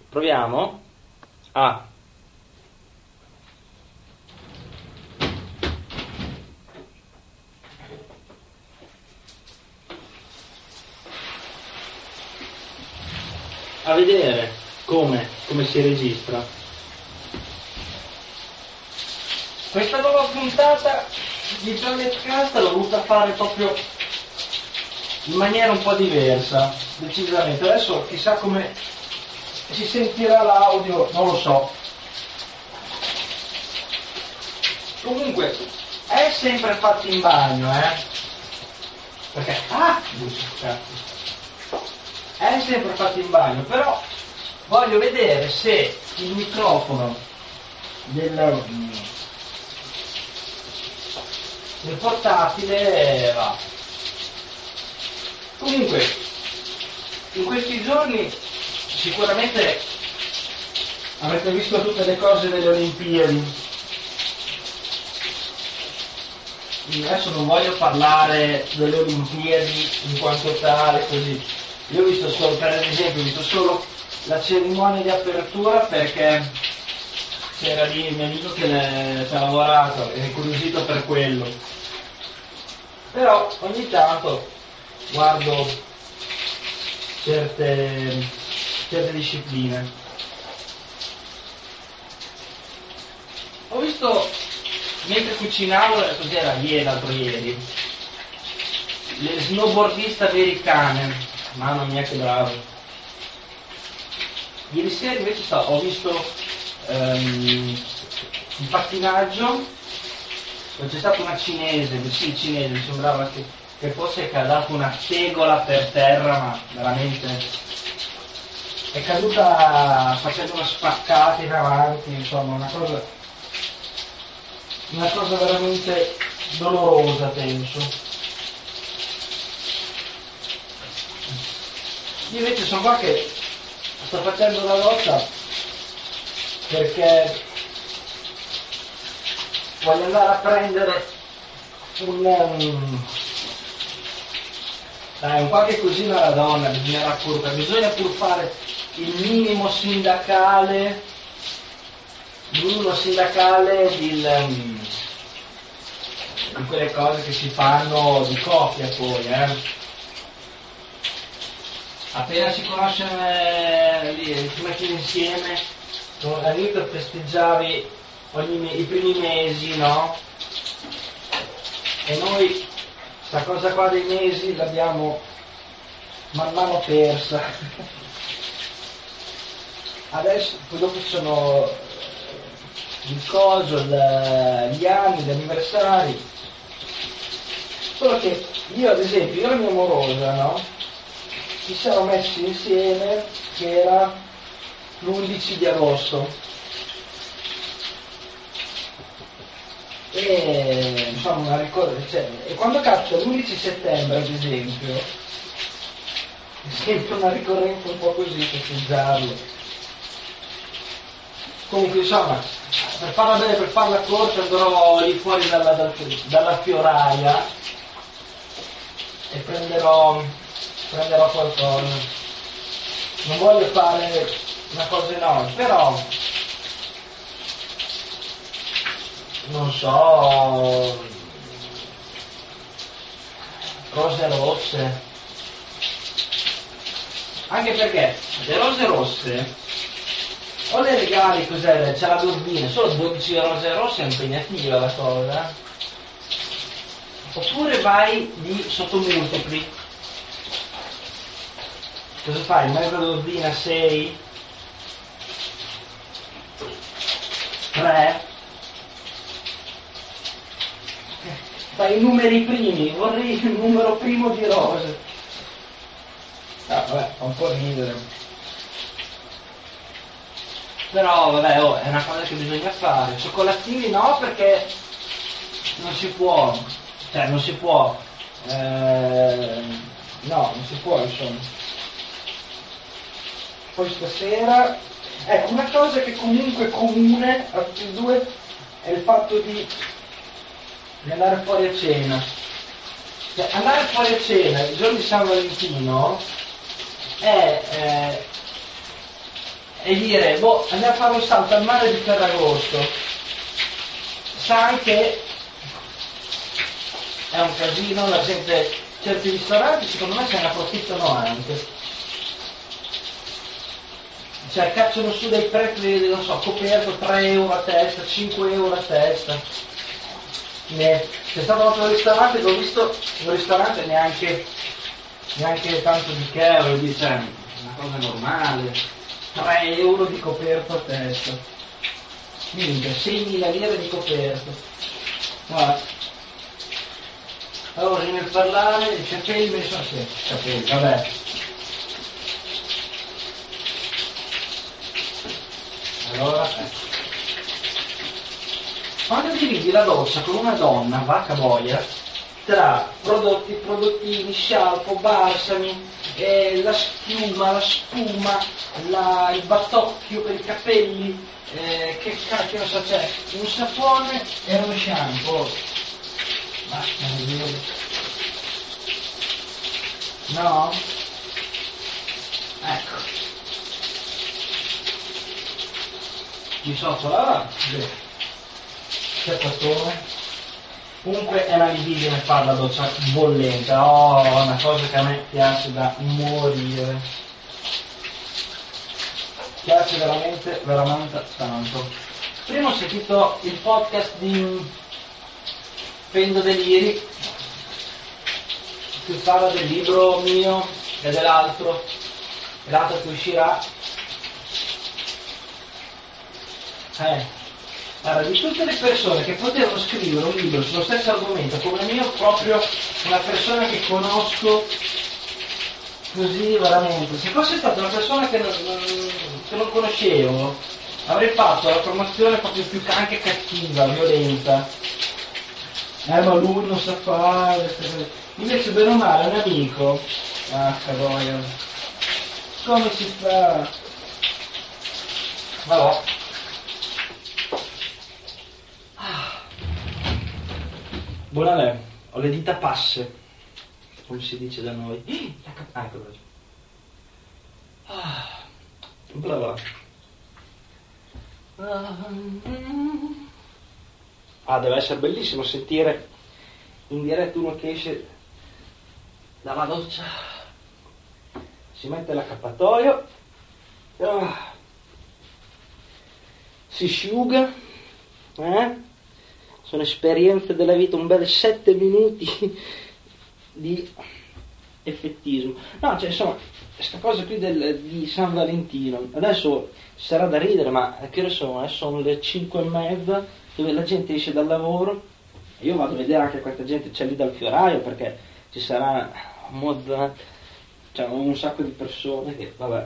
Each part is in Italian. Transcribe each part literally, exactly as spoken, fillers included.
Proviamo a a vedere come, come si registra. Questa nuova puntata di Planet l'ho voluta fare proprio in maniera un po' diversa, decisamente. Adesso chissà come si sentirà l'audio, non lo so. Comunque è sempre fatto in bagno, eh? Perché ah, cazzo. È sempre fatto in bagno, però voglio vedere se il microfono del, del portatile va. Comunque, in questi giorni sicuramente avrete visto tutte le cose delle Olimpiadi. Adesso non voglio parlare delle Olimpiadi in quanto tale, così. Io ho visto solo, per esempio, ho visto solo la cerimonia di apertura perché c'era lì il mio amico che ne, ci ha lavorato, è incuriosito per quello. Però ogni tanto guardo certe, certe discipline. Ho visto, mentre cucinavo, cos'era ieri, l'altro ieri, le snowboardiste americane. Mamma mia che bravo. Ieri sera invece so, ho visto um, un pattinaggio dove c'è stata una cinese, sì cinese, mi sembrava che, che fosse caduta una tegola per terra, ma veramente è caduta facendo una spaccata in avanti, insomma una cosa, una cosa veramente dolorosa, penso. Io invece sono qua che sto facendo la doccia perché voglio andare a prendere un, um, dai, un qualche cosina alla donna, bisognerà pur, bisogna pur fare il minimo sindacale, il minimo sindacale di, um, di quelle cose che si fanno di coppia poi, eh. Appena si conosce, eh, lì, si mettono insieme, all'inizio festeggiavi ogni, i primi mesi, no? E noi sta cosa qua dei mesi l'abbiamo man mano persa. Adesso, poi dopo ci sono il coso, il, gli anni, gli anniversari. Solo che io, ad esempio, io e la mia amorosa, no? Ci siamo messi insieme che era l'undici di agosto e insomma una ricorrenza, cioè, e quando capita l'undici settembre ad esempio è sempre una ricorrenza un po' così festeggiarlo. Comunque insomma, per farla bene, per farla corta, andrò lì fuori dalla, dal, dalla fioraia e prenderò prenderò qualcosa. Non voglio fare una cosa enorme, però non so, rose rosse, anche perché le rose rosse o le regali, cos'è, c'è la turbina, solo dodici rose rosse è impegnativa la cosa, oppure vai di sottomultipli. Cosa fai? Mezza dozzina, sei? tre? Fai i numeri primi, vorrei il numero primo di rose. Ah, vabbè, fa un po' ridere. Però, vabbè, oh, è una cosa che bisogna fare. Cioccolatini no, perché non si può. Cioè, non si può. Eh, no, non si può, insomma. Poi stasera, ecco, una cosa che comunque è comune a tutti e due è il fatto di, di andare fuori a cena. Cioè, andare fuori a cena il giorno di San Valentino è, eh, e dire, boh, andiamo a fare un salto al mare di Ferragosto, sa anche è un casino, la gente, certi ristoranti secondo me se ne approfittano anche, cioè cacciano su dei prezzi, non so, coperto tre euro a testa, cinque euro a testa. Ne, c'è stato un altro ristorante che ho visto, un ristorante neanche neanche tanto di che, voglio dire, cioè, una cosa normale, tre euro di coperto a testa, minchia, seimila lire di coperto. Guarda, allora nel parlare i capelli mi sono sì, capelli, vabbè. Allora, ecco. Quando dividi la doccia con una donna, vacca boia, tra prodotti, prodottini, scialpo, balsami, eh, la schiuma, la spuma, la, il battocchio per i capelli, eh, che cacchio non so, c'è, un sapone e uno shampoo. Basta, no? Ecco. Di sotto là, c'è qualcosa. Comunque è una libidine fare la doccia bollente, oh, è una cosa che a me piace da morire. Piace veramente, veramente tanto. Prima ho sentito il podcast di Fendo Deliri, che parla del libro mio e dell'altro, e l'altro che uscirà. Eh. Allora, di tutte le persone che potevano scrivere un libro sullo stesso argomento come il mio, proprio una persona che conosco così veramente, se fosse stata una persona che non, che non conoscevo, avrei fatto la promozione proprio più anche cattiva, violenta. Eh ma lui non sa fare, invece bene o male un amico, ah cavoia, come si fa? Vabbè. Buonanè, ho le dita passe, come si dice da noi. Ah, ecco qua. Ah, brava. Ah, deve essere bellissimo sentire in diretta uno che esce dalla doccia, si mette l'accappatoio, ah, si asciuga, eh? Sono esperienze della vita, un bel sette minuti di effettismo. No, cioè insomma, questa cosa qui del, di San Valentino, adesso sarà da ridere, ma che ore sono? Adesso sono le cinque e mezza, dove la gente esce dal lavoro, e io vado a vedere anche quanta gente c'è lì dal fioraio, perché ci sarà mozza, cioè un sacco di persone che, vabbè.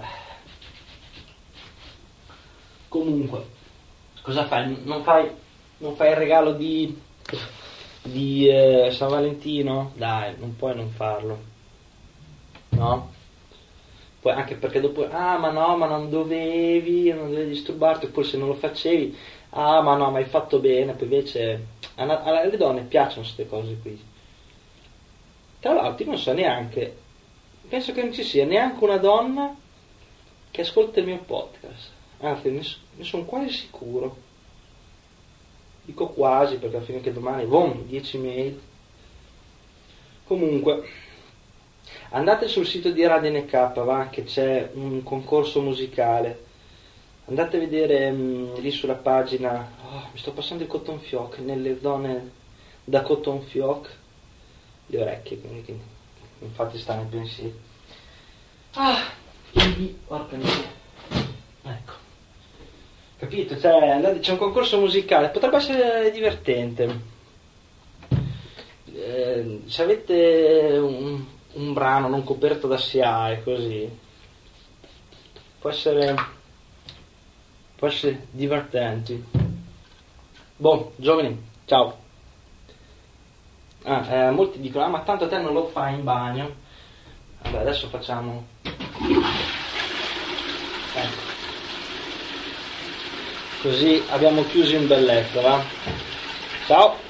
Comunque, cosa fai? Non fai... Non fai il regalo di, di eh, San Valentino? Dai, non puoi non farlo. No? Poi anche perché dopo, ah ma no, ma non dovevi, non dovevi disturbarti, oppure se non lo facevi, ah ma no, ma hai fatto bene, poi invece alle donne piacciono queste cose qui. Tra l'altro io non so neanche, penso che non ci sia neanche una donna che ascolta il mio podcast, anzi ne, ne sono quasi sicuro. Dico quasi perché alla fine che domani, boom, dieci mail. Comunque, andate sul sito di Radio N K, va, che c'è un concorso musicale. Andate a vedere mh, lì sulla pagina, oh, mi sto passando il cotton fioc, nelle zone da cotton fioc, le orecchie, quindi che, infatti stanno i pensieri. Ah, quindi, porca miseria. Ecco. Capito? Cioè, c'è un concorso musicale, potrebbe essere divertente. Eh, se avete un, un brano non coperto da S I A E così, può essere, può essere divertente. Boh, giovani, ciao. Ah, eh, molti dicono, ah ma tanto te non lo fai in bagno. Vabbè, adesso facciamo. Ecco. Così abbiamo chiuso in bellezza, va? Ciao!